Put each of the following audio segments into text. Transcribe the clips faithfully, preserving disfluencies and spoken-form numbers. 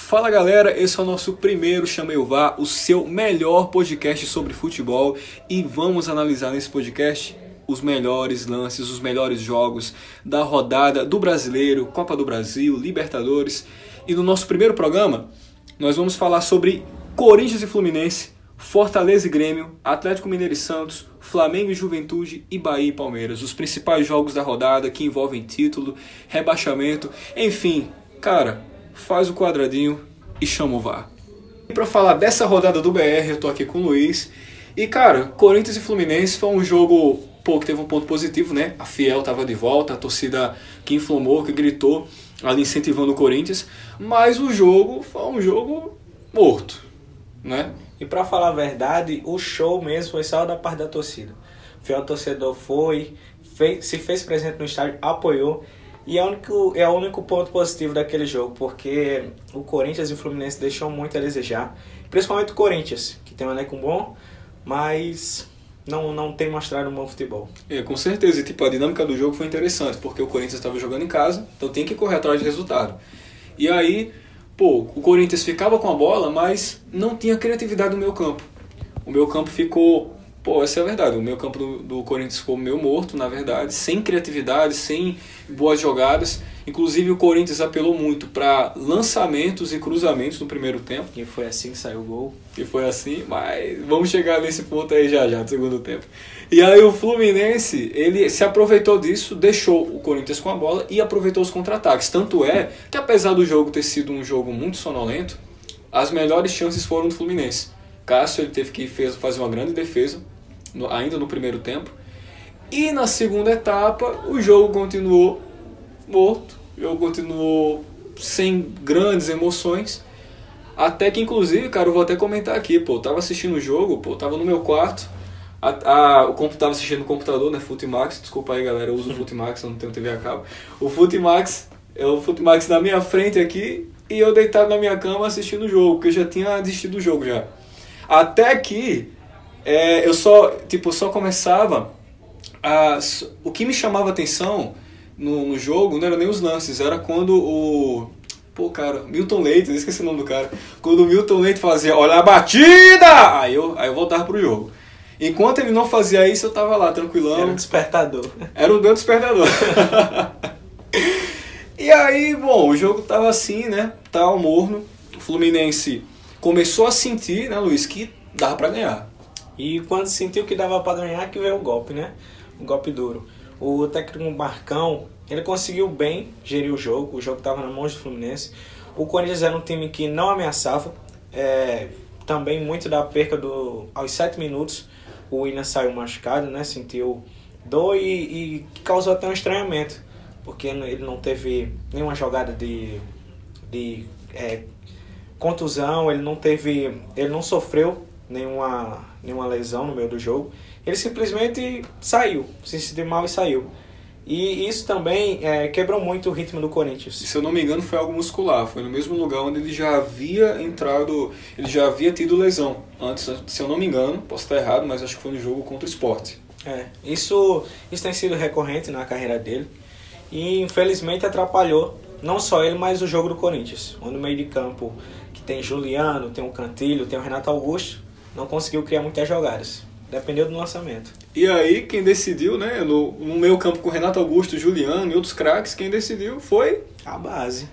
Fala galera, esse é o nosso primeiro Chamei o V A R, o seu melhor podcast sobre futebol, e vamos analisar nesse podcast os melhores lances, os melhores jogos da rodada do Brasileiro, Copa do Brasil, Libertadores. E no nosso primeiro programa, nós vamos falar sobre Corinthians e Fluminense, Fortaleza e Grêmio, Atlético Mineiro e Santos, Flamengo e Juventude e Bahia e Palmeiras. Os principais jogos da rodada que envolvem título, rebaixamento, enfim, cara, faz o quadradinho e chama o V A R. E para falar dessa rodada do B R, eu tô aqui com o Luiz. E cara, Corinthians e Fluminense foi um jogo, pô, que teve um ponto positivo, né? A Fiel tava de volta, a torcida que inflamou, que gritou, ali incentivando o Corinthians. Mas o jogo foi um jogo morto, né? E pra falar a verdade, o show mesmo foi só da parte da torcida. O fiel torcedor foi, fez, se fez presente no estádio, apoiou. E é o, único, é o único ponto positivo daquele jogo, porque o Corinthians e o Fluminense deixam muito a desejar. Principalmente o Corinthians, que tem um elenco bom, mas não, não tem mostrado um bom futebol. É, com certeza. E tipo, a dinâmica do jogo foi interessante, porque o Corinthians estava jogando em casa, então tem que correr atrás de resultado. E aí, pô, o Corinthians ficava com a bola, mas não tinha criatividade no meio campo. O meio campo ficou... Pô, essa é a verdade. O meio campo do, do Corinthians ficou meio morto, na verdade, sem criatividade, sem boas jogadas. Inclusive, o Corinthians apelou muito para lançamentos e cruzamentos no primeiro tempo. E foi assim que saiu o gol. E foi assim, mas vamos chegar nesse ponto aí já já, no segundo tempo. E aí o Fluminense, ele se aproveitou disso, deixou o Corinthians com a bola e aproveitou os contra-ataques. Tanto é que, apesar do jogo ter sido um jogo muito sonolento, as melhores chances foram do Fluminense. Cássio, ele teve que fez, fazer uma grande defesa, no, ainda no primeiro tempo. E na segunda etapa, o jogo continuou morto, o jogo continuou sem grandes emoções. Até que, inclusive, cara, eu vou até comentar aqui, pô, eu tava assistindo o jogo, pô, eu tava no meu quarto, a, a, o computador, tava assistindo no computador, né, Futimax, desculpa aí galera, eu uso o Futimax, eu não tenho T V a cabo. O Futimax, é o Futimax na minha frente aqui, e eu deitado na minha cama assistindo o jogo, porque eu já tinha desistido do jogo já. Até que é, eu só, tipo, só começava a... O que me chamava atenção no, no jogo não era nem os lances, era quando o... Pô, cara, Milton Leite, eu esqueci o nome do cara. Quando o Milton Leite fazia, olha a batida! Aí eu, aí eu voltava pro jogo. Enquanto ele não fazia isso, eu tava lá, tranquilão. Era um despertador. Era o meu despertador. E aí, bom, o jogo tava assim, né? Tava morno. O Fluminense começou a sentir, né, Luiz, que dava pra ganhar. E quando sentiu que dava pra ganhar, que veio o golpe, né? O golpe duro. O técnico Marcão, ele conseguiu bem gerir o jogo. O jogo estava nas mãos do Fluminense. O Corinthians era um time que não ameaçava. É, também muito da perca do... Aos sete minutos, o Willian saiu machucado, né? Sentiu dor e, e causou até um estranhamento. Porque ele não teve nenhuma jogada de... de é, contusão, ele não teve, ele não sofreu nenhuma, nenhuma lesão no meio do jogo. Ele simplesmente saiu, se sentiu mal e saiu. E isso também é, quebrou muito o ritmo do Corinthians. Se eu não me engano, foi algo muscular. Foi no mesmo lugar onde ele já havia entrado, ele já havia tido lesão antes, se eu não me engano. Posso estar errado, mas acho que foi no jogo contra o Sport. É, isso, isso tem sido recorrente na carreira dele. E infelizmente atrapalhou não só ele, mas o jogo do Corinthians. Onde no meio de campo que tem Juliano, tem o Cantilho, tem o Renato Augusto, não conseguiu criar muitas jogadas. Dependeu do lançamento. E aí quem decidiu, né, no, no meio campo com o Renato Augusto, Juliano e outros craques, quem decidiu foi... A base.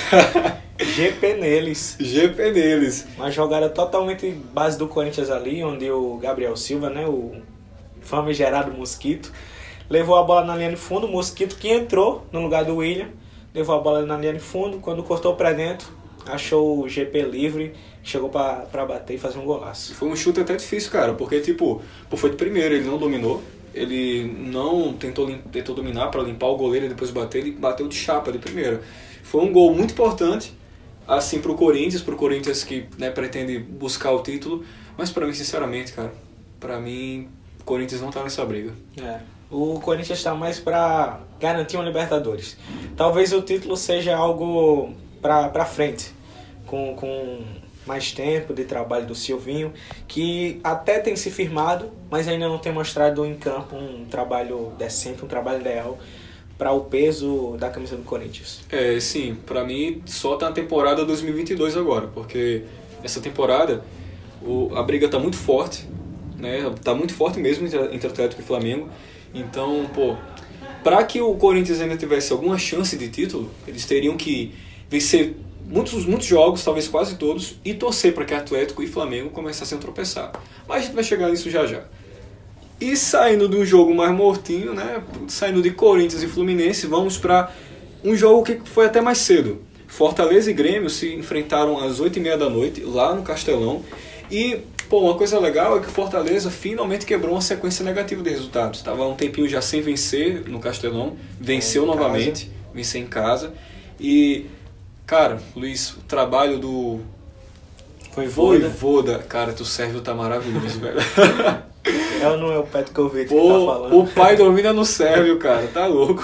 G P neles. G P neles. Uma jogada totalmente base do Corinthians ali, onde o Gabriel Silva, né, o famigerado Mosquito, levou a bola na linha de fundo, o Mosquito que entrou no lugar do Willian, levou a bola na linha de fundo, quando cortou para dentro, achou o G P livre, chegou para bater e fazer um golaço. Foi um chute até difícil, cara, porque tipo, pô, foi de primeiro, ele não dominou, ele não tentou, tentou dominar para limpar o goleiro e depois bater, ele bateu de chapa de primeira. Foi um gol muito importante, assim, pro Corinthians, pro Corinthians que, né, pretende buscar o título, mas para mim, sinceramente, cara, para mim, o Corinthians não tá nessa briga. É. O Corinthians está mais para garantir uma Libertadores. Talvez o título seja algo para frente, com, com mais tempo de trabalho do Silvinho, que até tem se firmado, mas ainda não tem mostrado em campo um trabalho decente, um trabalho ideal para o peso da camisa do Corinthians? É, sim, pra mim só tá na temporada dois mil e vinte e dois agora, porque essa temporada o, a briga tá muito forte, né? Tá muito forte mesmo entre, entre Atlético e Flamengo. Então, pô, pra que o Corinthians ainda tivesse alguma chance de título, eles teriam que vencer muitos, muitos jogos, talvez quase todos, e torcer para que Atlético e Flamengo começassem a tropeçar. Mas a gente vai chegar nisso já já. E saindo do jogo mais mortinho, né, saindo de Corinthians e Fluminense, vamos para um jogo que foi até mais cedo. Fortaleza e Grêmio se enfrentaram às oito e meia da noite, lá no Castelão. E, pô, uma coisa legal é que o Fortaleza finalmente quebrou uma sequência negativa de resultados. Estava há um tempinho já sem vencer no Castelão, venceu é, novamente, venceu em casa. E, cara, Luiz, o trabalho do Voivoda, Voivoda cara, tu Sérvio tá maravilhoso, velho. É ou não é o Petkovic que tá falando? O pai domina no Sérvio, cara, tá louco.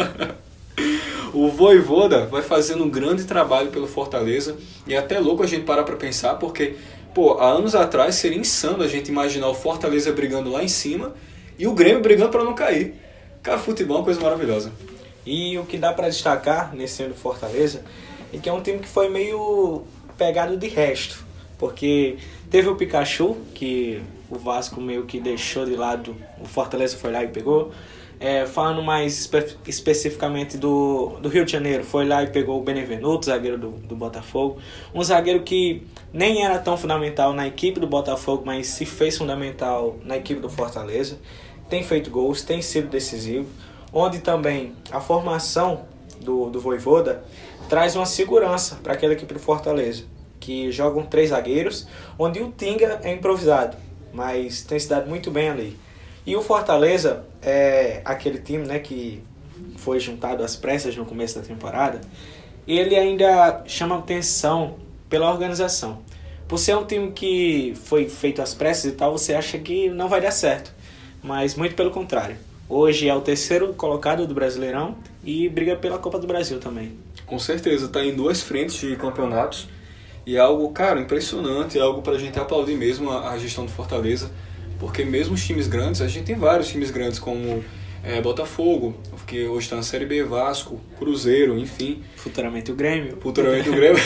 O Voivoda vai fazendo um grande trabalho pelo Fortaleza. E é até louco a gente parar pra pensar, porque, pô, há anos atrás seria insano a gente imaginar o Fortaleza brigando lá em cima e o Grêmio brigando pra não cair. Cara, futebol é uma coisa maravilhosa. E o que dá pra destacar nesse ano do Fortaleza é que é um time que foi meio pegado de resto. Porque teve o Pikachu, que o Vasco meio que deixou de lado, o Fortaleza foi lá e pegou. É, falando mais espe- especificamente do, do Rio de Janeiro, foi lá e pegou o Benevenuto, zagueiro do, do Botafogo. Um zagueiro que nem era tão fundamental na equipe do Botafogo, mas se fez fundamental na equipe do Fortaleza. Tem feito gols, tem sido decisivo. Onde também a formação do, do Voivoda traz uma segurança para aquela equipe do Fortaleza, que jogam três zagueiros, onde o Tinga é improvisado, mas tem se dado muito bem ali. E o Fortaleza é aquele time, né, que foi juntado às pressas no começo da temporada, e ele ainda chama atenção pela organização. Por ser um time que foi feito às pressas e tal, você acha que não vai dar certo, mas muito pelo contrário. Hoje é o terceiro colocado do Brasileirão e briga pela Copa do Brasil também. Com certeza, está em duas frentes de campeonatos. E é algo, cara, impressionante, é algo pra gente aplaudir mesmo a, a gestão do Fortaleza, porque mesmo os times grandes, a gente tem vários times grandes como é, Botafogo, que hoje está na Série B, Vasco, Cruzeiro, enfim. Futuramente o Grêmio. Futuramente o Grêmio.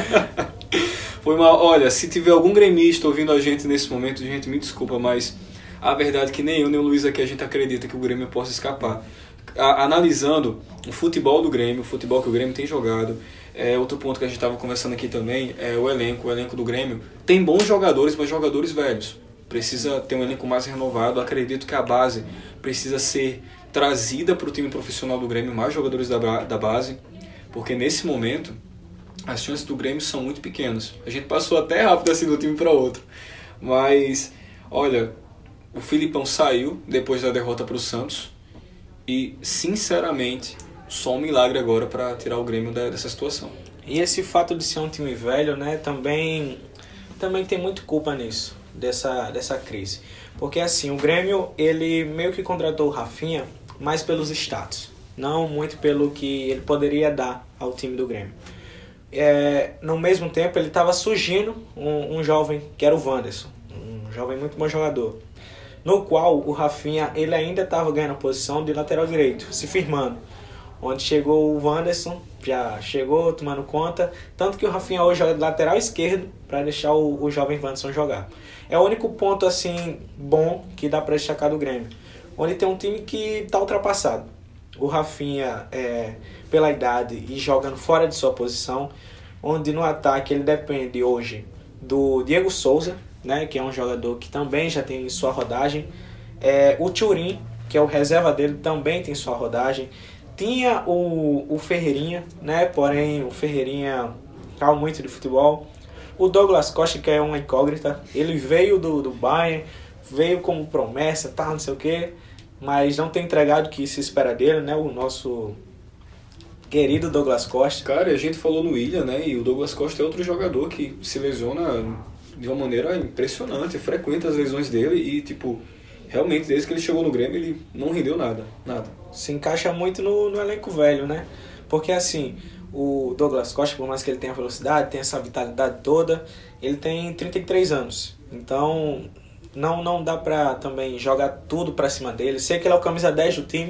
Foi uma, olha, se tiver algum gremista ouvindo a gente nesse momento, gente, me desculpa, mas a verdade é que nem eu nem o Luiz aqui a gente acredita que o Grêmio possa escapar. A, analisando o futebol do Grêmio, o futebol que o Grêmio tem jogado, É, outro ponto que a gente estava conversando aqui também é o elenco. O elenco do Grêmio tem bons jogadores, mas jogadores velhos. Precisa ter um elenco mais renovado. Acredito que a base precisa ser trazida para o time profissional do Grêmio, mais jogadores da, da base, porque nesse momento as chances do Grêmio são muito pequenas. A gente passou até rápido assim de um time para outro. Mas, olha, o Filipão saiu depois da derrota para o Santos e, sinceramente, só um milagre agora para tirar o Grêmio dessa situação. E esse fato de ser um time velho, né, também, também tem muito culpa nisso, dessa, dessa crise. Porque assim, o Grêmio, ele meio que contratou o Rafinha mais pelos status, não muito pelo que ele poderia dar ao time do Grêmio. É, no mesmo tempo, ele estava surgindo um, um jovem, que era o Wanderson, um jovem muito bom jogador, no qual o Rafinha ele ainda estava ganhando a posição de lateral direito, se firmando. Onde chegou o Wanderson, já chegou tomando conta, tanto que o Rafinha hoje joga de lateral esquerdo para deixar o, o jovem Wanderson jogar. É o único ponto assim bom que dá para destacar do Grêmio, onde tem um time que está ultrapassado. O Rafinha, é, pela idade e jogando fora de sua posição, onde no ataque ele depende hoje do Diego Souza, né, que é um jogador que também já tem sua rodagem, é, o Thurin, que é o reserva dele, também tem sua rodagem. Tinha o, o Ferreirinha, né? Porém o Ferreirinha fala muito de futebol. O Douglas Costa, que é uma incógnita, ele veio do, do Bayern, veio como promessa, tá, não sei o quê, mas não tem entregado o que se espera dele, né? O nosso querido Douglas Costa. Cara, a gente falou no Willian, né? E o Douglas Costa é outro jogador que se lesiona de uma maneira impressionante, frequenta as lesões dele e, tipo, realmente, desde que ele chegou no Grêmio, ele não rendeu nada, nada. Se encaixa muito no, no elenco velho, né? Porque, assim, o Douglas Costa, por mais que ele tenha velocidade, tenha essa vitalidade toda, ele tem trinta e três anos. Então, não, não dá pra também jogar tudo pra cima dele. Sei que ele é o camisa dez do time,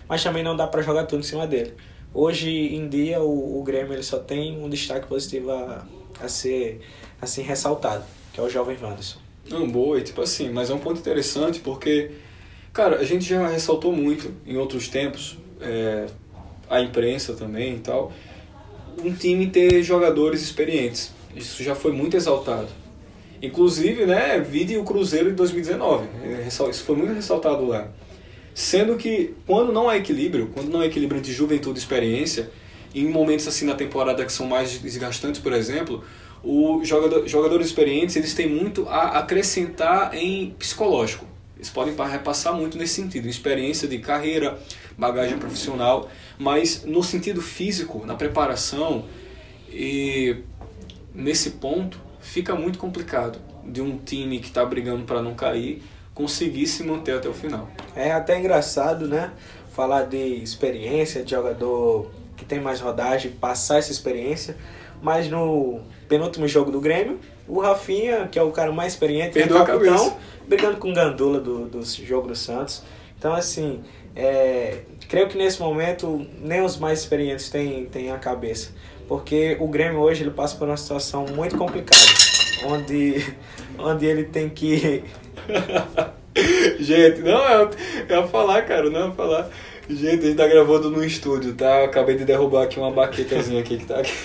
mas também não dá para jogar tudo em cima dele. Hoje em dia o, o Grêmio ele só tem um destaque positivo a, a ser assim, ressaltado, que é o jovem Wanderson. Não, boa, e tipo assim, mas é um ponto interessante porque, cara, a gente já ressaltou muito em outros tempos, é, a imprensa também e tal, um time ter jogadores experientes. Isso já foi muito exaltado. Inclusive, né, vide o Cruzeiro de dois mil e dezenove. Isso foi muito ressaltado lá. Sendo que, quando não há equilíbrio, quando não há equilíbrio entre juventude e experiência, em momentos assim na temporada que são mais desgastantes, por exemplo, os jogador, jogadores experientes eles têm muito a acrescentar em psicológico. Eles podem repassar muito nesse sentido, experiência de carreira, bagagem profissional, mas no sentido físico, na preparação, e nesse ponto fica muito complicado de um time que está brigando para não cair conseguir se manter até o final. É até engraçado, né? Falar de experiência, de jogador que tem mais rodagem, passar essa experiência, mas no penúltimo jogo do Grêmio, o Rafinha, que é o cara mais experiente, perdeu a cabeça, brigando com o Gandula do, do jogo do Santos. Então, assim, é, creio que nesse momento nem os mais experientes têm, têm a cabeça, porque o Grêmio hoje ele passa por uma situação muito complicada, onde, onde ele tem que... Gente, não, eu, eu ia falar, cara, não ia falar. Gente, a gente tá gravando no estúdio, tá? Eu acabei de derrubar aqui uma baquetazinha aqui que tá aqui.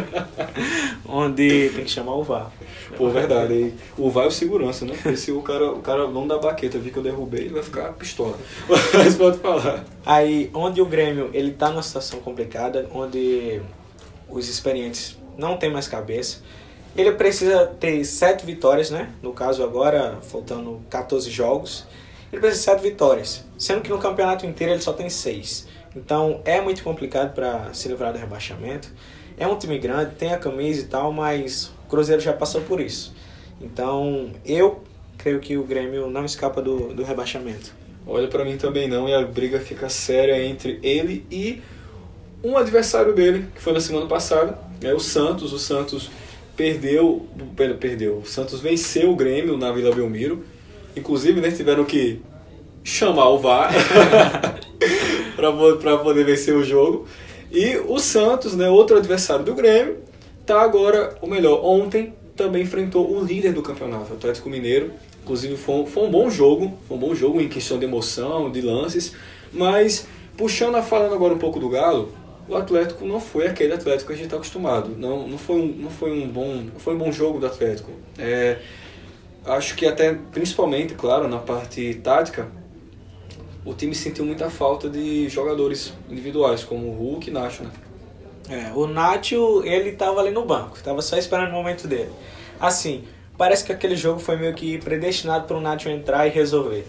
Onde tem que chamar o V A R. Pô, verdade. Aí, o V A R é o segurança, né? Porque se o cara, o cara não dá baqueta vir que eu derrubei, ele vai ficar pistola. Mas pode falar. Aí, onde o Grêmio, ele tá numa situação complicada, onde os experientes não tem mais cabeça. Ele precisa ter sete vitórias, né? No caso agora, faltando quatorze jogos. Ele precisa de sete vitórias, sendo que no campeonato inteiro ele só tem seis. Então é muito complicado para se livrar do rebaixamento. É um time grande, tem a camisa e tal, mas o Cruzeiro já passou por isso. Então eu creio que o Grêmio não escapa do, do rebaixamento. Olha, para mim também não, e a briga fica séria entre ele e um adversário dele, que foi na semana passada, é o Santos. O Santos perdeu, perdeu. O Santos venceu o Grêmio na Vila Belmiro. Inclusive, né, tiveram que chamar o V A R para poder vencer o jogo. E o Santos, né, outro adversário do Grêmio, tá agora, ou melhor, ontem também enfrentou o líder do campeonato, o Atlético Mineiro. Inclusive foi um, foi um bom jogo, foi um bom jogo em questão de emoção, de lances. Mas, puxando a falando agora um pouco do Galo, o Atlético não foi aquele Atlético que a gente está acostumado. Não, não, foi um, não, foi um bom, não foi um bom jogo do Atlético. É... Acho que até, principalmente, claro, na parte tática, o time sentiu muita falta de jogadores individuais, como o Hulk e Nacho, né? É, o Nacho, ele tava ali no banco, tava só esperando o momento dele. Assim, parece que aquele jogo foi meio que predestinado para o Nacho entrar e resolver.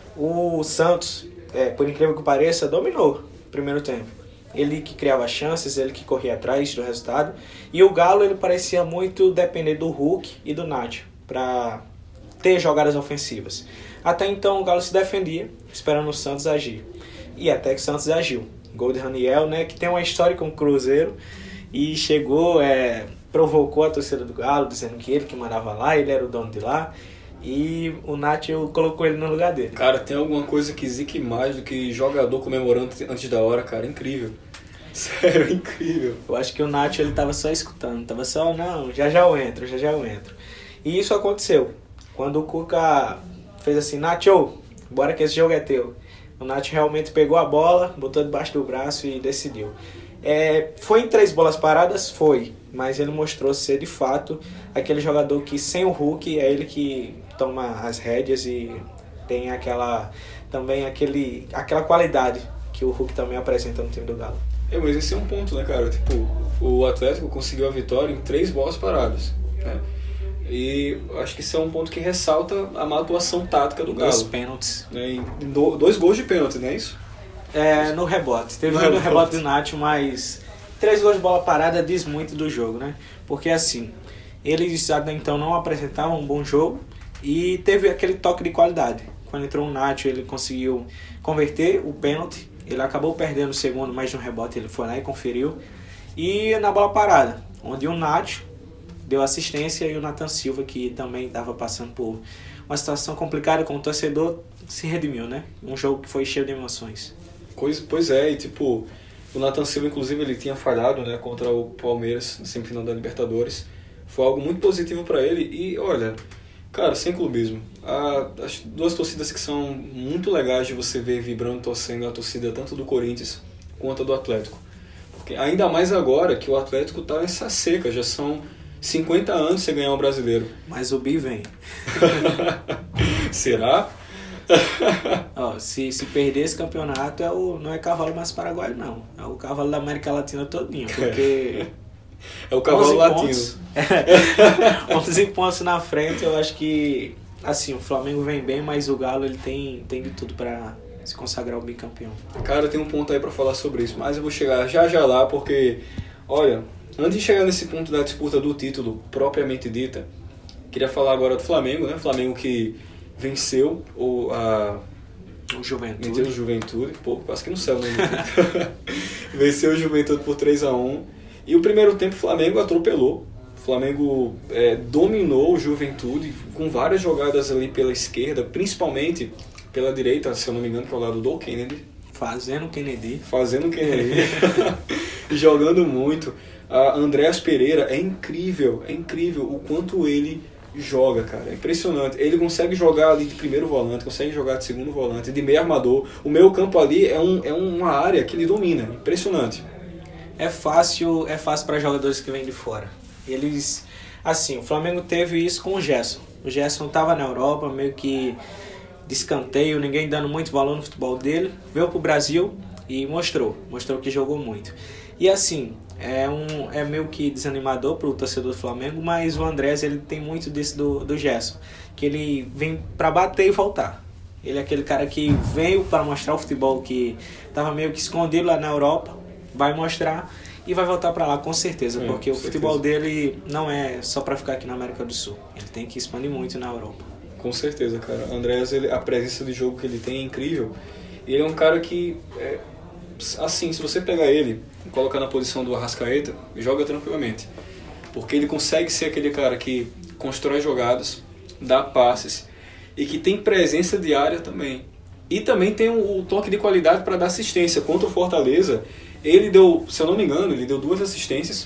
O Santos, é, por incrível que pareça, dominou o primeiro tempo. Ele que criava chances, ele que corria atrás do resultado. E o Galo, ele parecia muito depender do Hulk e do Nacho para ter jogadas ofensivas. Até então o Galo se defendia, esperando o Santos agir. E até que o Santos agiu. Gol de Raniel, né, que tem uma história com o Cruzeiro, e chegou, é, provocou a torcida do Galo, dizendo que ele que mandava lá, ele era o dono de lá, e o Nacho colocou ele no lugar dele. Cara, tem alguma coisa que zique mais do que jogador comemorando antes da hora, cara, incrível. Sério, incrível. Eu acho que o Nacho, ele tava só escutando, tava só, não, já já eu entro, já já eu entro. E isso aconteceu. Quando o Cuca fez assim, Nacho, bora que esse jogo é teu. O Nacho realmente pegou a bola, botou debaixo do braço e decidiu. É, foi em três bolas paradas? Foi. Mas ele mostrou ser, de fato, aquele jogador que, sem o Hulk, é ele que toma as rédeas e tem aquela, também aquele, aquela qualidade que o Hulk também apresenta no time do Galo. É, mas esse é um ponto, né, cara? Tipo, o Atlético conseguiu a vitória em três bolas paradas, né? E acho que isso é um ponto que ressalta a má atuação tática do Galo. Dois pênaltis. Né? Do, dois gols de pênalti, não é isso? É, no rebote. Teve no um rebote. rebote do Nacho, mas três gols de bola parada diz muito do jogo, né? Porque assim, eles até então não apresentavam um bom jogo e teve aquele toque de qualidade. Quando entrou o Nacho, ele conseguiu converter o pênalti. Ele acabou perdendo o segundo, mas no rebote ele foi lá e conferiu. E na bola parada, onde o Nacho deu assistência e o Nathan Silva, que também estava passando por uma situação complicada com o torcedor, se redimiu, né? Um jogo que foi cheio de emoções. Pois, pois é, e tipo, o Nathan Silva, inclusive, ele tinha falhado, né, contra o Palmeiras na semifinal da Libertadores. Foi algo muito positivo para ele e, olha, cara, sem clubismo. A, as duas torcidas que são muito legais de você ver vibrando, torcendo, a torcida tanto do Corinthians quanto a do Atlético. Porque, ainda mais agora que o Atlético tá nessa seca, já são cinquenta anos sem ganhar um brasileiro. Mas o Bi vem. Será? Ó, se, se perder esse campeonato, é o, não é cavalo mais paraguaio, não. É o cavalo da América Latina todinho, porque... É o cavalo latino. Pontos, onze pontos na frente, eu acho que... Assim, o Flamengo vem bem, mas o Galo ele tem, tem de tudo para se consagrar o bicampeão. Cara, tem um ponto aí para falar sobre isso, mas eu vou chegar já já lá, porque... Olha, antes de chegar nesse ponto da disputa do título propriamente dita, queria falar agora do Flamengo, né? Flamengo que... venceu o, a, o Juventude. Venceu o Juventude, pô, quase que no céu, né? Venceu o Juventude por três a um. E o primeiro tempo o Flamengo atropelou. O Flamengo é, dominou o Juventude com várias jogadas ali pela esquerda, principalmente pela direita, se eu não me engano, que é o lado do Kennedy. Fazendo Kennedy. Fazendo Kennedy. Jogando muito. A Andréas Pereira é incrível, é incrível o quanto ele joga, cara, é impressionante. Ele consegue jogar ali de primeiro volante, consegue jogar de segundo volante, de meio armador. O meio campo ali é, um, é uma área que ele domina, impressionante. É fácil, é fácil para jogadores que vêm de fora. Eles, assim, o Flamengo teve isso com o Gerson. O Gerson estava na Europa, meio que de escanteio, ninguém dando muito valor no futebol dele. Veio pro Brasil e mostrou, mostrou que jogou muito. E assim, é, um, é meio que desanimador pro torcedor do Flamengo, mas o Andrés ele tem muito disso do, do Gerson, que ele vem para bater e voltar. Ele é aquele cara que veio para mostrar o futebol que estava meio que escondido lá na Europa, vai mostrar e vai voltar para lá com certeza, é, porque com o certeza. Futebol dele não é só para ficar aqui na América do Sul, ele tem que expandir muito na Europa. Com certeza, cara. O Andrés, ele, a presença de jogo que ele tem é incrível. Ele é um cara que, é, assim, se você pegar ele e colocar na posição do Arrascaeta, joga tranquilamente. Porque ele consegue ser aquele cara que constrói jogadas, dá passes e que tem presença de área também. E também tem o, o toque de qualidade para dar assistência. Contra o Fortaleza, ele deu, se eu não me engano, ele deu duas assistências.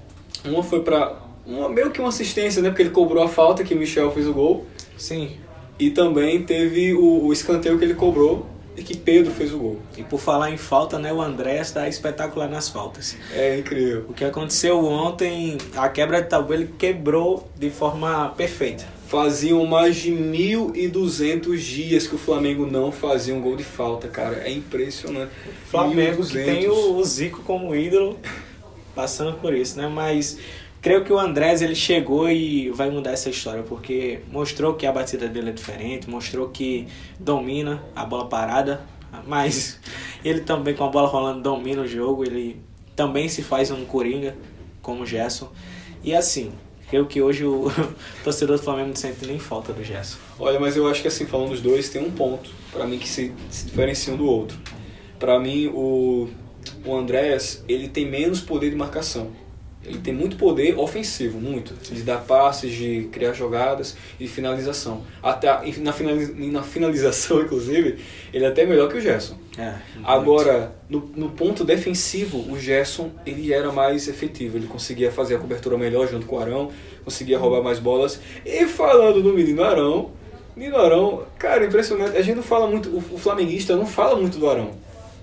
Uma foi para... Uma, meio que uma assistência, né? Porque ele cobrou a falta que o Michel fez o gol. Sim. E também teve o, o escanteio que ele cobrou e que Pedro fez o gol. E por falar em falta, né, o André está espetacular nas faltas. É incrível. O que aconteceu ontem, a quebra de tabu, ele quebrou de forma perfeita. Faziam mais de mil e duzentos dias que o Flamengo não fazia um gol de falta, cara. É impressionante. O Flamengo que tem o, o Zico como ídolo, passando por isso, né? Mas... creio que o Andrés ele chegou e vai mudar essa história, porque mostrou que a batida dele é diferente, mostrou que domina a bola parada, mas ele também com a bola rolando domina o jogo, ele também se faz um coringa, como o Gerson. E assim, creio que hoje o torcedor do Flamengo não sente nem falta do Gerson. Olha, mas eu acho que assim, falando dos dois, tem um ponto para mim que se, se diferencia um do outro. Para mim, o, o Andrés, ele tem menos poder de marcação. Ele tem muito poder ofensivo, muito. De dar passes, de criar jogadas e finalização. Até na, finaliza, na finalização, inclusive, ele é até melhor que o Gerson. É, Agora, no, no ponto defensivo, o Gerson ele era mais efetivo. Ele conseguia fazer a cobertura melhor junto com o Arão, conseguia roubar mais bolas. E falando do menino Arão, menino Arão, cara, impressionante. A gente não fala muito, o, o flamenguista não fala muito do Arão.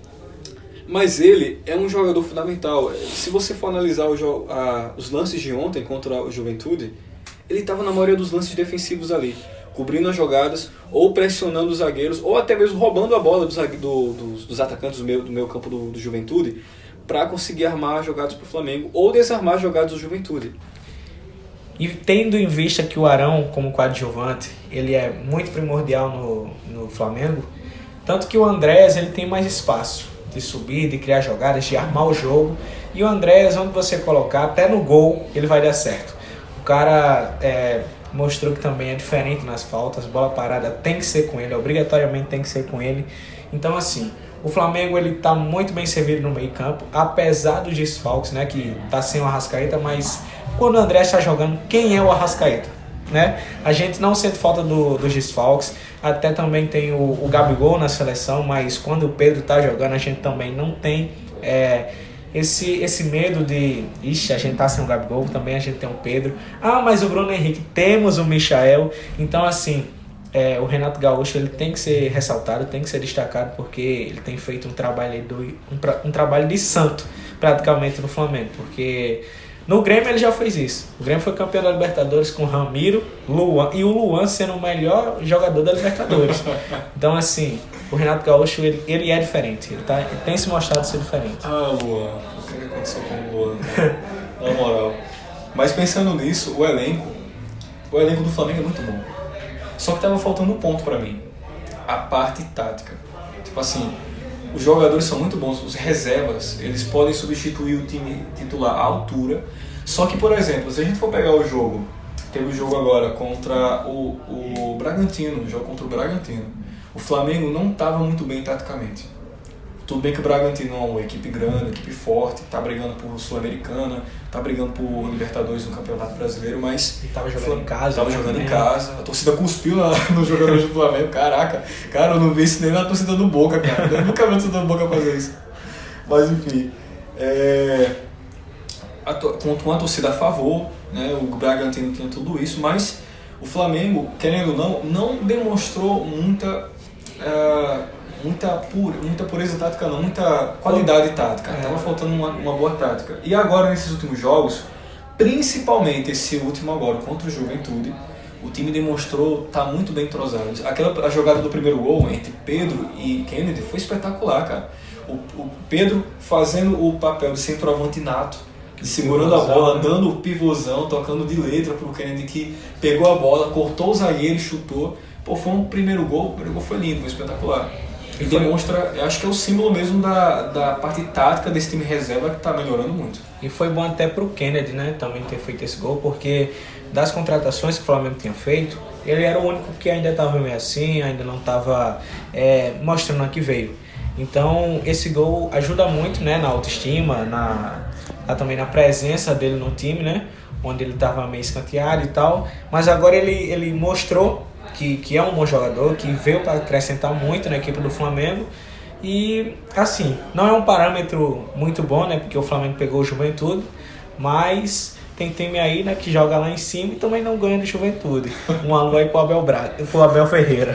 Mas ele é um jogador fundamental. Se você for analisar o jo- a, os lances de ontem contra o Juventude, ele estava na maioria dos lances defensivos ali, cobrindo as jogadas, ou pressionando os zagueiros, ou até mesmo roubando a bola do, do, dos, dos atacantes do meio, do meio campo do, do Juventude, para conseguir armar jogadas para o Flamengo, ou desarmar jogadas do Juventude. E tendo em vista que o Arão, como coadjuvante, ele é muito primordial no, no Flamengo, tanto que o Andrés ele tem mais espaço de subir, de criar jogadas, de armar o jogo. E o Andrés, onde você colocar, até no gol, ele vai dar certo. O cara é, mostrou que também é diferente nas faltas, bola parada tem que ser com ele, obrigatoriamente tem que ser com ele. Então assim, o Flamengo ele tá muito bem servido no meio campo, apesar dos desfalques, né, que tá sem o Arrascaeta, mas quando o Andrés está jogando, quem é o Arrascaeta? né? A gente não sente falta do, dos desfalques, até também tem o, o Gabigol na seleção, mas quando o Pedro tá jogando, a gente também não tem é, esse, esse medo de, ixi, a gente tá sem o Gabigol, também a gente tem o Pedro, ah, mas o Bruno Henrique, temos o Michael, então assim, é, o Renato Gaúcho ele tem que ser ressaltado, tem que ser destacado, porque ele tem feito um trabalho, do, um, um trabalho de santo, praticamente, no Flamengo, porque no Grêmio ele já fez isso. O Grêmio foi campeão da Libertadores com Ramiro, Luan, e o Luan sendo o melhor jogador da Libertadores. Então, assim, o Renato Gaúcho, ele, ele é diferente. Ele, tá, ele tem se mostrado ser diferente. Ah, Luan. O que aconteceu com o Luan? Na moral. Mas pensando nisso, o elenco, o elenco do Flamengo é muito bom. Só que tava faltando um ponto pra mim. A parte tática. Tipo assim, os jogadores são muito bons, os reservas, eles podem substituir o time titular à altura. Só que, por exemplo, se a gente for pegar o jogo, teve o jogo agora contra o, o Bragantino, o jogo contra o Bragantino, o Flamengo não estava muito bem taticamente. Tudo bem que o Bragantino é uma equipe grande, uma equipe forte, está brigando por Sul-Americana, está brigando por Libertadores no Campeonato Brasileiro, mas... Estava jogando em casa. Estava jogando em casa. A torcida cuspiu na, nos jogadores do Flamengo. Caraca, cara, eu não vi isso nem na torcida do Boca, cara. Eu nunca vi a torcida do Boca fazer isso. Mas, enfim, é, a, com uma torcida a favor, né, o Bragantino tinha tudo isso, mas o Flamengo, querendo ou não, não demonstrou muita... Uh, Muita, pura, muita pureza tática não, muita qualidade tática, estava faltando uma, uma boa tática. E agora nesses últimos jogos, principalmente esse último agora contra o Juventude, o time demonstrou estar tá muito bem entrosado. Aquela, a jogada do primeiro gol entre Pedro e Kennedy foi espetacular, cara. O, o Pedro fazendo o papel de centroavante nato, segurando a bola, dando o pivôzão, tocando de letra pro Kennedy, que pegou a bola, cortou o zagueiro e chutou. Pô, foi um primeiro gol, o primeiro gol foi lindo, foi espetacular. E demonstra, eu acho que é o símbolo mesmo da, da parte tática desse time reserva que está melhorando muito. E foi bom até pro Kennedy, né, também ter feito esse gol, porque das contratações que o Flamengo tinha feito, ele era o único que ainda estava meio assim, ainda não estava é, mostrando a que veio. Então esse gol ajuda muito, né, na autoestima, na, na, também na presença dele no time, né, onde ele estava meio escanteado e tal, mas agora ele, ele mostrou Que, que é um bom jogador, que veio para acrescentar muito na equipe do Flamengo. E, assim, não é um parâmetro muito bom, né? Porque o Flamengo pegou o Juventude, mas tem time aí, né, que joga lá em cima e também não ganha de Juventude. Um alô aí pro Abel, Braga, pro Abel Ferreira.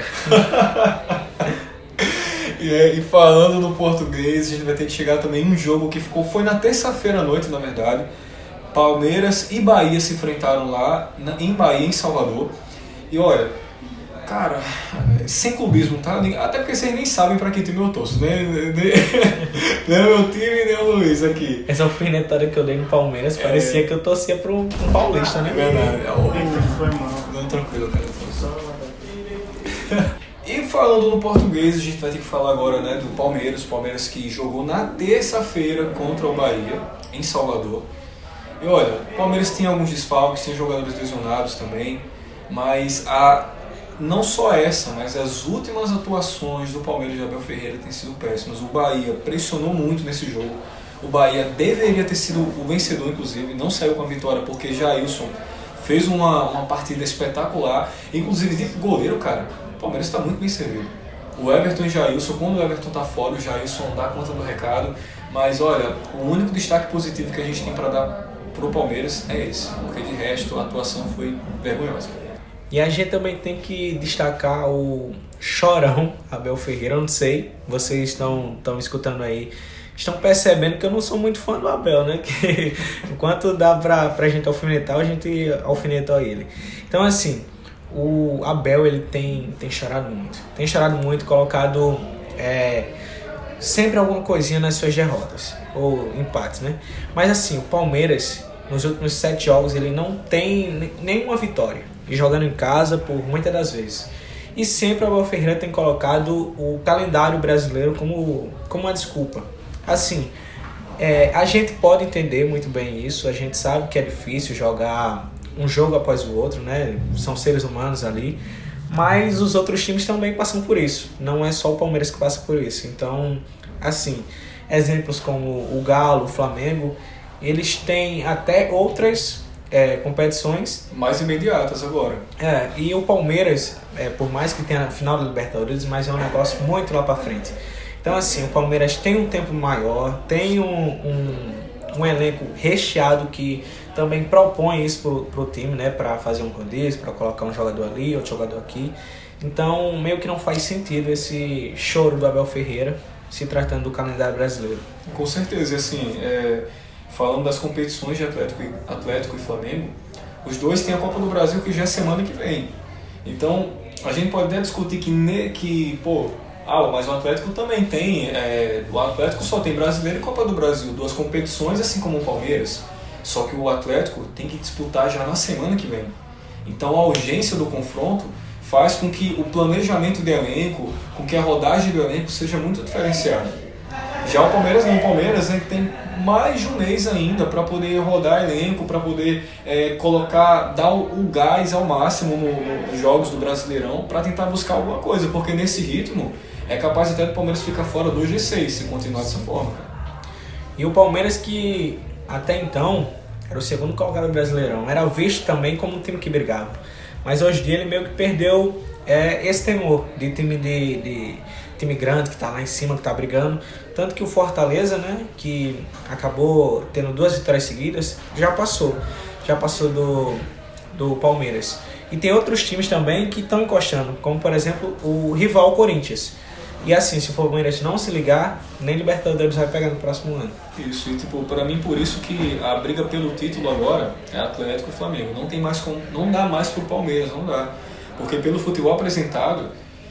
E, e falando no português, a gente vai ter que chegar também em um jogo que ficou, foi na terça-feira à noite, na verdade. Palmeiras e Bahia se enfrentaram lá, na, em Bahia, em Salvador. E olha, cara, sem clubismo, tá? Até porque vocês nem sabem pra que time eu torço, né? Nem, nem o meu time, nem o Luiz aqui. Essa alfinetada que eu dei no Palmeiras, parecia é... que eu torcia pro, pro Paulista, né? É verdade. É horrível. Foi mal. Não, tranquilo, cara. E falando no português, a gente vai ter que falar agora, né, do Palmeiras. O Palmeiras que jogou na terça-feira contra o Bahia, em Salvador. E olha, o Palmeiras tem alguns desfalques, tem jogadores lesionados também, mas a... não só essa, mas as últimas atuações do Palmeiras de Abel Ferreira têm sido péssimas. O Bahia pressionou muito nesse jogo. O Bahia deveria ter sido o vencedor, inclusive. Não saiu com a vitória porque Jailson fez uma, uma partida espetacular. Inclusive, de goleiro, cara, o Palmeiras está muito bem servido. O Everton e Jailson, quando o Everton está fora, o Jailson dá conta do recado. Mas, olha, o único destaque positivo que a gente tem para dar pro Palmeiras é esse. Porque, de resto, a atuação foi vergonhosa. E a gente também tem que destacar o chorão Abel Ferreira. Eu não sei, vocês estão, estão escutando aí, estão percebendo que eu não sou muito fã do Abel, né? Que enquanto dá pra, pra gente alfinetar, a gente alfinetou ele. Então, assim, o Abel ele tem, tem chorado muito. Tem chorado muito, colocado é, sempre alguma coisinha nas suas derrotas, ou empates, né? Mas, assim, o Palmeiras, nos últimos sete jogos, ele não tem nenhuma vitória. E jogando em casa por muitas das vezes. E sempre o Abel Ferreira tem colocado o calendário brasileiro como, como uma desculpa. Assim, é, a gente pode entender muito bem isso, a gente sabe que é difícil jogar um jogo após o outro, né? São seres humanos ali, mas os outros times também passam por isso. Não é só o Palmeiras que passa por isso. Então, assim, exemplos como o Galo, o Flamengo, eles têm até outras... é, competições mais imediatas agora. É, e o Palmeiras, é, por mais que tenha a final da Libertadores, mas é um negócio muito lá pra frente. Então, assim, o Palmeiras tem um tempo maior, tem um, um, um elenco recheado que também propõe isso pro, pro time, né? Pra fazer um rodízio, pra colocar um jogador ali, outro jogador aqui. Então, meio que não faz sentido esse choro do Abel Ferreira se tratando do calendário brasileiro. Com certeza, assim, é, falando das competições de Atlético e, Atlético e Flamengo, os dois têm a Copa do Brasil que já é semana que vem. Então, a gente pode até discutir que, ne, que pô, ah, mas o Atlético também tem, é, o Atlético só tem Brasileiro e Copa do Brasil, duas competições assim como o Palmeiras, só que o Atlético tem que disputar já na semana que vem. Então, a urgência do confronto faz com que o planejamento de elenco, com que a rodagem do elenco seja muito diferenciada. Já o Palmeiras não, o Palmeiras né, tem mais de um mês ainda para poder rodar elenco, para poder é, colocar, dar o, o gás ao máximo no, no, nos jogos do Brasileirão para tentar buscar alguma coisa, porque nesse ritmo é capaz até do Palmeiras ficar fora do G seis se continuar dessa forma. Cara. E o Palmeiras que até então era o segundo colocado do Brasileirão, era visto também como um time que brigava. Mas hoje em dia ele meio que perdeu é, esse temor de time, de, de time grande que está lá em cima, que está brigando. Tanto que o Fortaleza, né, que acabou tendo duas vitórias seguidas, já passou. Já passou do, do Palmeiras. E tem outros times também que estão encostando, como por exemplo o rival Corinthians. E assim, se o Palmeiras não se ligar, nem Libertadores vai pegar no próximo ano. Isso, e tipo, pra mim por isso que a briga pelo título agora é Atlético e Flamengo. Não tem mais como, não dá mais pro Palmeiras, não dá. Porque pelo futebol apresentado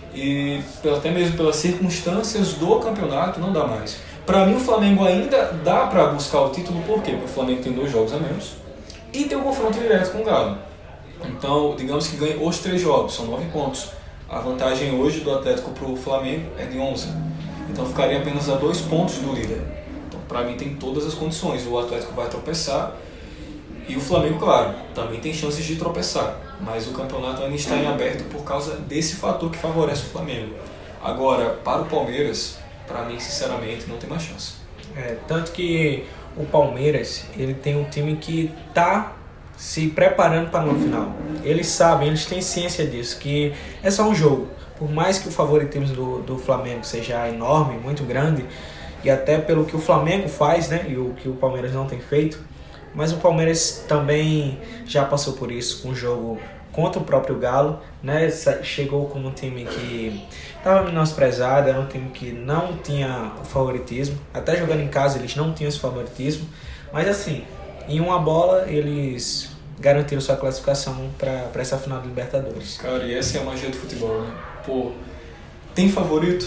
e até mesmo pelas circunstâncias do campeonato, não dá mais. Pra mim o Flamengo ainda dá pra buscar o título, por quê? Porque o Flamengo tem dois jogos a menos e tem um confronto direto com o Galo. Então, digamos que ganha os três jogos, são nove pontos. A vantagem hoje do Atlético para o Flamengo é de onze. Então ficaria apenas a dois pontos do líder. Então para mim tem todas as condições. O Atlético vai tropeçar e o Flamengo, claro, também tem chances de tropeçar. Mas o campeonato ainda está em aberto por causa desse fator que favorece o Flamengo. Agora, para o Palmeiras, para mim sinceramente não tem mais chance. É, tanto que o Palmeiras ele tem um time que está se preparando para uma final. Eles sabem, eles têm ciência disso, que é só um jogo. Por mais que o favoritismo do, do Flamengo seja enorme, muito grande, e até pelo que o Flamengo faz, né, e o que o Palmeiras não tem feito, mas o Palmeiras também já passou por isso com o jogo contra o próprio Galo, né, chegou como um time que estava menosprezado, era um time que não tinha o favoritismo, até jogando em casa eles não tinham esse favoritismo, mas assim, em uma bola, eles garantiram sua classificação para essa final de Libertadores. Cara, e essa é a magia do futebol, né? Pô, tem favorito?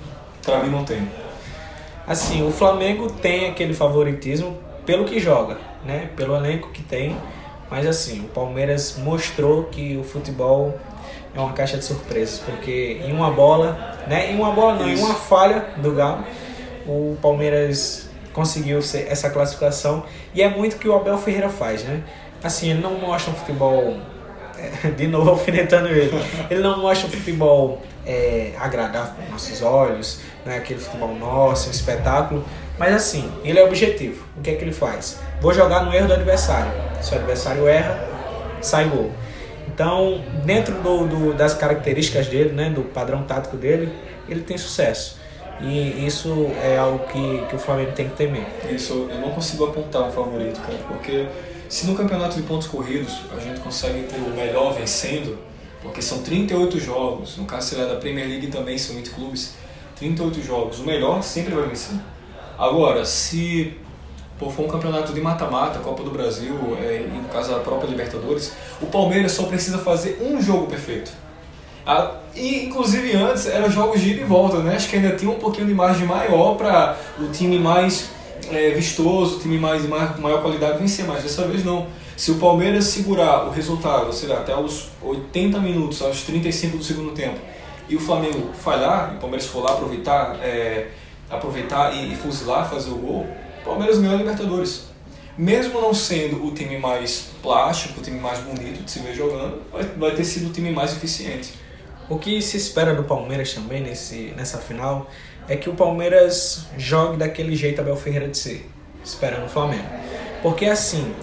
Pra mim não tem. Assim, o Flamengo tem aquele favoritismo pelo que joga, né? Pelo elenco que tem. Mas assim, o Palmeiras mostrou que o futebol é uma caixa de surpresas. Porque em uma bola, né? Em uma bola não, Isso. em uma falha do Galo, o Palmeiras conseguiu ser essa classificação, e é muito o que o Abel Ferreira faz, né? Assim, ele não mostra um futebol, de novo alfinetando ele, ele não mostra um futebol é, agradável para nossos olhos, não é aquele futebol nosso, um espetáculo, mas assim, ele é objetivo. O que é que ele faz? Vou jogar no erro do adversário. Se o adversário erra, sai gol. Então, dentro do, do, das características dele, né, do padrão tático dele, ele tem sucesso. E isso é algo que, que o Flamengo tem que temer. Isso, eu não consigo apontar um favorito, cara, porque se no campeonato de pontos corridos a gente consegue ter o melhor vencendo, porque são trinta e oito jogos, no caso será da Premier League também, são vinte clubes, trinta e oito jogos, o melhor sempre vai vencer. Agora, se pô, for um campeonato de mata-mata, Copa do Brasil, é, e no caso da própria Libertadores, o Palmeiras só precisa fazer um jogo perfeito. Ah, e inclusive antes eram jogos de ida e volta, né? Acho que ainda tinha um pouquinho de margem maior para o time mais é, vistoso, o time mais de maior qualidade vencer, mas dessa vez não. Se o Palmeiras segurar o resultado, sei lá, até os oitenta minutos, aos trinta e cinco do segundo tempo, e o Flamengo falhar, e o Palmeiras for lá aproveitar, é, aproveitar e, e fuzilar, fazer o gol, o Palmeiras ganhou a Libertadores. Mesmo não sendo o time mais plástico, o time mais bonito de se ver jogando, vai, vai ter sido o time mais eficiente. O que se espera do Palmeiras também nesse, nessa final é que o Palmeiras jogue daquele jeito Abel Ferreira de ser, esperando o Flamengo. Porque assim,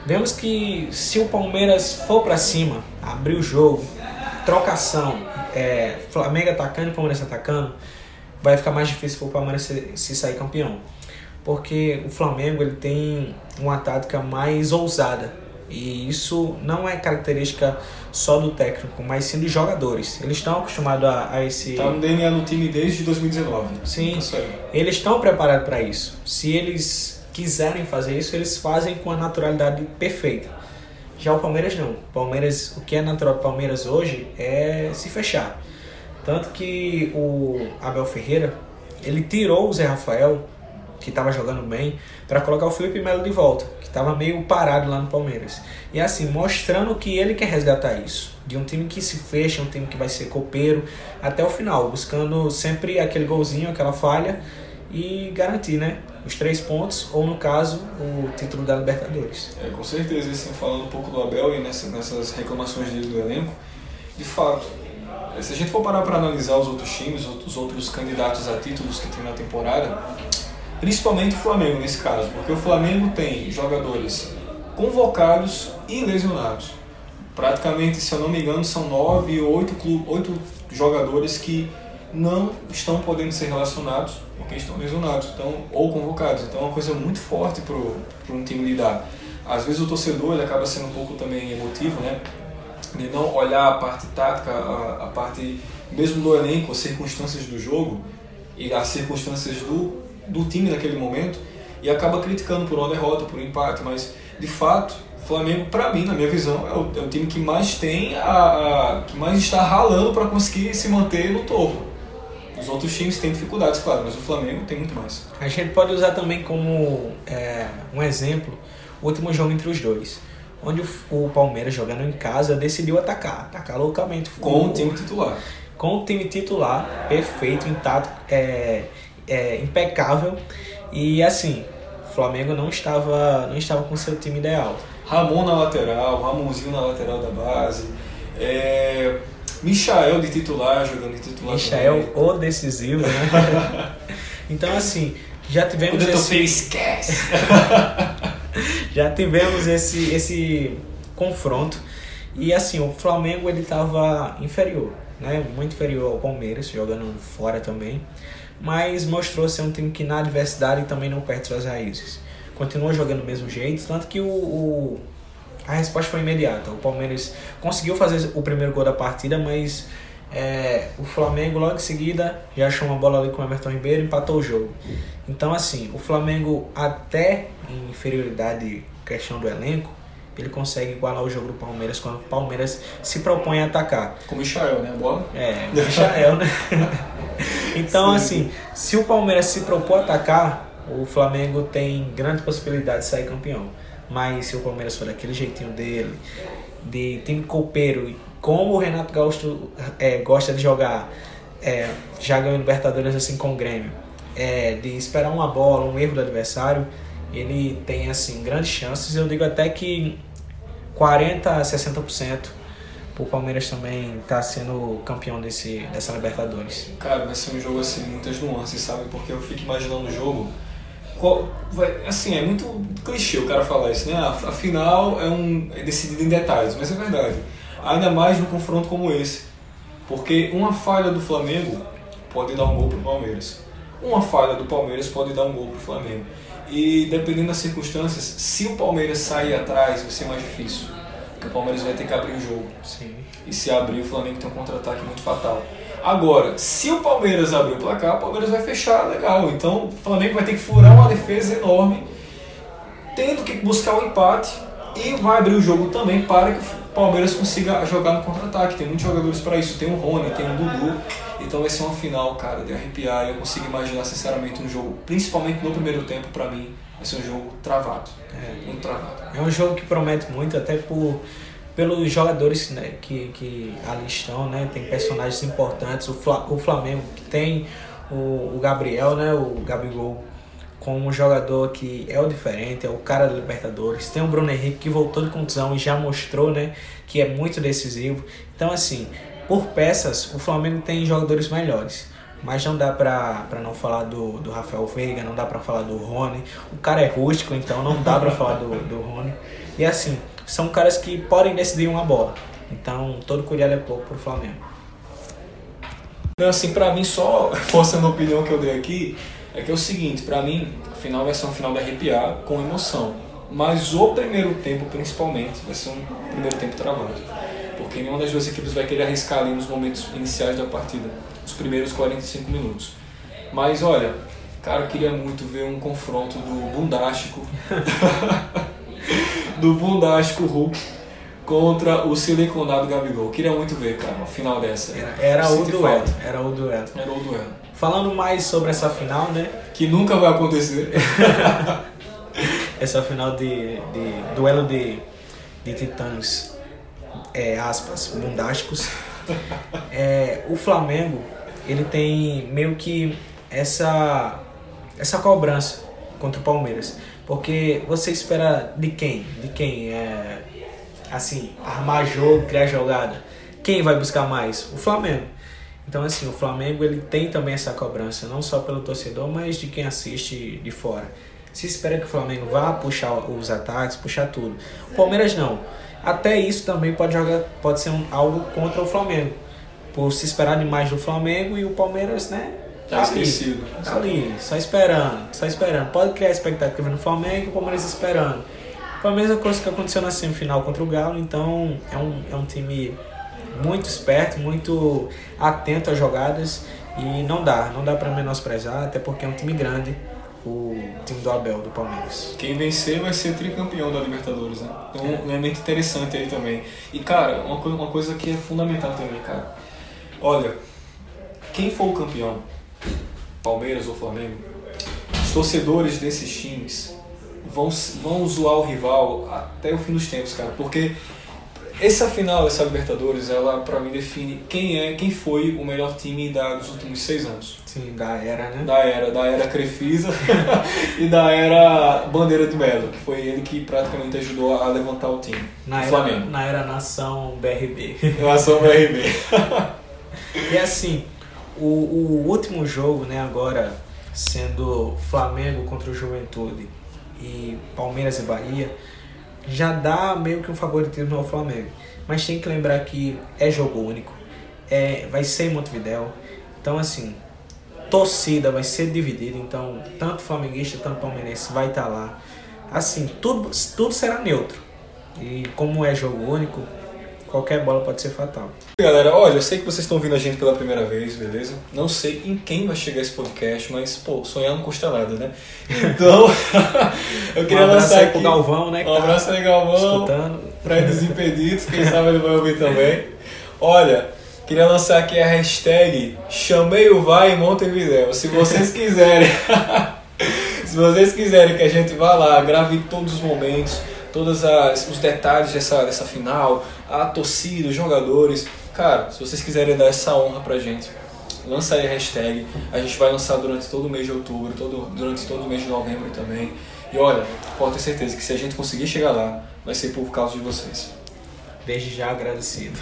vemos que se o Palmeiras for para cima, abrir o jogo, trocação, é, Flamengo atacando e Palmeiras atacando, vai ficar mais difícil para o Palmeiras se, se sair campeão. Porque o Flamengo ele tem uma tática mais ousada. E isso não é característica só do técnico, mas sim dos jogadores. Eles estão acostumados a, a esse... Tá no D N A do time desde dois mil e dezenove. Sim, Isso aí. Eles estão preparados para isso. Se eles quiserem fazer isso, eles fazem com a naturalidade perfeita. Já o Palmeiras não. O Palmeiras, o que é natural do Palmeiras hoje é se fechar. Tanto que o Abel Ferreira, ele tirou o Zé Rafael, que estava jogando bem, para colocar o Felipe Melo de volta, que estava meio parado lá no Palmeiras. E assim, mostrando que ele quer resgatar isso, de um time que se fecha, um time que vai ser copeiro até o final, buscando sempre aquele golzinho, aquela falha e garantir, né, os três pontos, ou no caso, o título da Libertadores. É, com certeza, assim, falando um pouco do Abel e nessa, nessas reclamações dele do elenco, de fato, se a gente for parar para analisar os outros times, os outros candidatos a títulos que tem na temporada, principalmente o Flamengo nesse caso, porque o Flamengo tem jogadores convocados e lesionados. Praticamente, se eu não me engano, são nove, oito, clube, oito jogadores que não estão podendo ser relacionados porque estão lesionados, então, ou convocados. Então é uma coisa muito forte para um time lidar. Às vezes o torcedor ele acaba sendo um pouco também emotivo, né? De não olhar a parte tática, a, a parte mesmo do elenco, as circunstâncias do jogo e as circunstâncias do do time naquele momento e acaba criticando por uma derrota, por um empate, mas de fato o Flamengo, para mim, na minha visão, é o, é o time que mais tem a, a que mais está ralando para conseguir se manter no topo. Os outros times têm dificuldades, claro, mas o Flamengo tem muito mais. A gente pode usar também como é, um exemplo o último jogo entre os dois, onde o, o Palmeiras, jogando em casa, decidiu atacar, atacar loucamente com o, o time titular, com o time titular perfeito, intacto, é, É, impecável, e assim, o Flamengo não estava, não estava com seu time ideal. Ramon na lateral, Ramonzinho na lateral da base, é, Michael de titular, jogando de titular. Michael, também. O decisivo, né? Então assim, já tivemos esse... esquece! já tivemos esse, esse confronto, e assim, o Flamengo ele estava inferior, né? Muito inferior ao Palmeiras, jogando fora também, mas mostrou ser um time que na adversidade também não perde suas raízes. Continua jogando do mesmo jeito, tanto que o, o, a resposta foi imediata. O Palmeiras conseguiu fazer o primeiro gol da partida, mas é, o Flamengo logo em seguida já achou uma bola ali com o Everton Ribeiro e empatou o jogo. Então assim, o Flamengo até em inferioridade, questão do elenco, ele consegue igualar o jogo do Palmeiras quando o Palmeiras se propõe a atacar. Com o Michael, né? A bola? É, o Michael, né? Então, sim, assim, se o Palmeiras se propor a atacar, o Flamengo tem grande possibilidade de sair campeão. Mas se o Palmeiras for daquele jeitinho dele, de time copeiro, como o Renato Gaúcho é, gosta de jogar, é, já ganhou Libertadores assim com o Grêmio, é, de esperar uma bola, um erro do adversário, ele tem assim grandes chances. Eu digo até que quarenta a sessenta por cento o Palmeiras também está sendo campeão desse, dessa Libertadores. Cara, vai ser um jogo assim, muitas nuances, sabe? Porque eu fico imaginando o jogo. Qual, vai, assim, é muito clichê o cara falar isso, né? A, a final é, um, é decidida em detalhes, mas é verdade. Ainda mais num confronto como esse. Porque uma falha do Flamengo pode dar um gol pro Palmeiras. Uma falha do Palmeiras pode dar um gol pro Flamengo. E dependendo das circunstâncias, se o Palmeiras sair atrás, vai ser mais difícil. Porque o Palmeiras vai ter que abrir o jogo. Sim. E se abrir, o Flamengo tem um contra-ataque muito fatal. Agora, se o Palmeiras abrir o placar, o Palmeiras vai fechar legal. Então o Flamengo vai ter que furar uma defesa enorme, tendo que buscar o um empate, e vai abrir o jogo também para que o Palmeiras consiga jogar no contra-ataque. Tem muitos jogadores para isso. Tem o Rony, tem o Dudu. Então vai ser uma final, cara, de arrepiar. Eu consigo imaginar sinceramente um jogo, principalmente no primeiro tempo, para mim, vai ser um jogo travado. É, muito travado. É um jogo que promete muito, até por, pelos jogadores, né, que, que ali estão, né? Tem personagens importantes. O, Fla, o Flamengo, que tem o, o Gabriel, né? O Gabigol, como um jogador que é o diferente, é o cara da Libertadores. Tem o Bruno Henrique, que voltou de contusão e já mostrou, né, que é muito decisivo. Então, assim, por peças, o Flamengo tem jogadores melhores. Mas não dá pra, pra não falar do, do Rafael Veiga, não dá pra falar do Rony. O cara é rústico, então não dá pra falar do, do Rony. E assim, são caras que podem decidir uma bola. Então, todo cuidado é pouco pro Flamengo. Não, assim, pra mim, só forçando a opinião que eu dei aqui, é que é o seguinte, pra mim, a final vai ser um final de arrepiar com emoção. Mas o primeiro tempo, principalmente, vai ser um primeiro tempo travado. Porque nenhuma das duas equipes vai querer arriscar ali nos momentos iniciais da partida, os primeiros quarenta e cinco minutos. Mas olha, cara, eu queria muito ver um confronto do bundástico, do bundástico Hulk contra o siliconado Gabigol. Queria muito ver, cara, uma final dessa. Era, era o duelo, era o duelo. Era o duelo. Falando mais sobre essa final, né? Que nunca vai acontecer. Essa final de, de duelo de, de titãs, é, aspas, bundásticos. É, o Flamengo, ele tem meio que essa, essa cobrança contra o Palmeiras. Porque você espera de quem? De quem? É, assim, armar jogo, criar jogada. Quem vai buscar mais? O Flamengo. Então, assim, o Flamengo ele tem também essa cobrança, não só pelo torcedor, mas de quem assiste de fora. Se espera que o Flamengo vá puxar os ataques, puxar tudo. O Palmeiras não. Até isso também pode, jogar, pode ser um, algo contra o Flamengo. Por se esperar demais do Flamengo e o Palmeiras, né? Tá esquecido. Tá ali, só esperando, só esperando. Pode criar expectativa no Flamengo e o Palmeiras esperando. Foi a mesma coisa que aconteceu na semifinal contra o Galo, então é um, é um time muito esperto, muito atento às jogadas e não dá, não dá para menosprezar, até porque é um time grande, o time do Abel, do Palmeiras. Quem vencer vai ser tricampeão da Libertadores, né? Então, um elemento interessante aí também. E, cara, uma, co- uma coisa que é fundamental também, cara. Olha, quem for o campeão, Palmeiras ou Flamengo, os torcedores desses times vão, vão zoar o rival até o fim dos tempos, cara. Porque essa final dessa Libertadores, ela pra mim define quem é, quem foi o melhor time da, dos últimos seis anos. Sim, da era, né? Da era, da era Crefisa e da era Bandeira de Melo, que foi ele que praticamente ajudou a levantar o time. Na o era, Flamengo. na era Nação B R B. Nação B R B. E assim, o, o último jogo, né, agora sendo Flamengo contra o Juventude e Palmeiras e Bahia, já dá meio que um favoritismo ao Flamengo. Mas tem que lembrar que é jogo único, é, vai ser em Montevidéu, então assim, torcida vai ser dividida, então tanto flamenguista, tanto palmeirense vai estar lá. Assim, tudo, tudo será neutro. E como é jogo único, qualquer bola pode ser fatal. Galera, olha, eu sei que vocês estão ouvindo a gente pela primeira vez, beleza? Não sei em quem vai chegar esse podcast, mas, pô, sonhar não custa nada, né? Então, eu queria um abraço lançar aí aqui... pro Galvão, né? Um abraço aí, Galvão. Escutando. Fred Desimpedidos, quem sabe ele vai ouvir também. Olha, queria lançar aqui a hashtag Chamei o V A R em Montevidéu. Se vocês quiserem... Se vocês quiserem que a gente vá lá, grave todos os momentos, todos as, os detalhes dessa, dessa final, a torcida, os jogadores. Cara, se vocês quiserem dar essa honra pra gente, lança aí a hashtag. A gente vai lançar durante todo o mês de outubro, todo, durante todo o mês de novembro também. E olha, pode ter certeza que se a gente conseguir chegar lá, vai ser por causa de vocês. Desde já agradecido.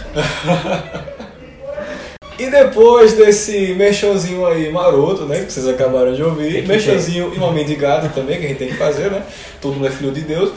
E depois desse mexãozinho aí maroto, né, que vocês acabaram de ouvir, mexãozinho e uma mendigada também, que a gente tem que fazer, né, todo mundo é filho de Deus.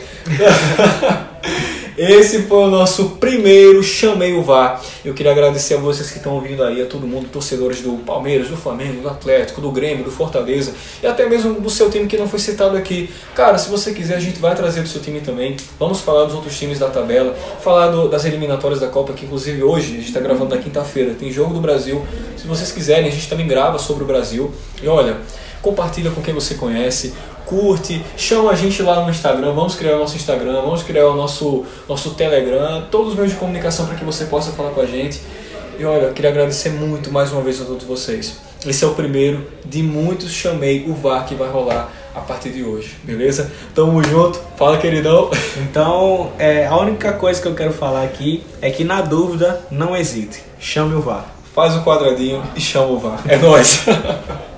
Esse foi o nosso primeiro Chamei o V A R. Eu queria agradecer a vocês que estão ouvindo aí, a todo mundo, torcedores do Palmeiras, do Flamengo, do Atlético, do Grêmio, do Fortaleza e até mesmo do seu time que não foi citado aqui. Cara, se você quiser, a gente vai trazer do seu time também. Vamos falar dos outros times da tabela, falar do, das eliminatórias da Copa, que inclusive hoje, a gente está gravando na quinta-feira, tem jogo do Brasil. Se vocês quiserem, a gente também grava sobre o Brasil. E olha, compartilha com quem você conhece, curte, chama a gente lá no Instagram, vamos criar o nosso Instagram, vamos criar o nosso, nosso Telegram, todos os meios de comunicação para que você possa falar com a gente. E olha, eu queria agradecer muito mais uma vez a todos vocês. Esse é o primeiro de muitos Chamei o V A R que vai rolar a partir de hoje, beleza? Tamo junto, fala queridão. Então, é, a única coisa que eu quero falar aqui é que na dúvida, não hesite, chame o V A R. Faz o quadradinho e chama o V A R. É nóis!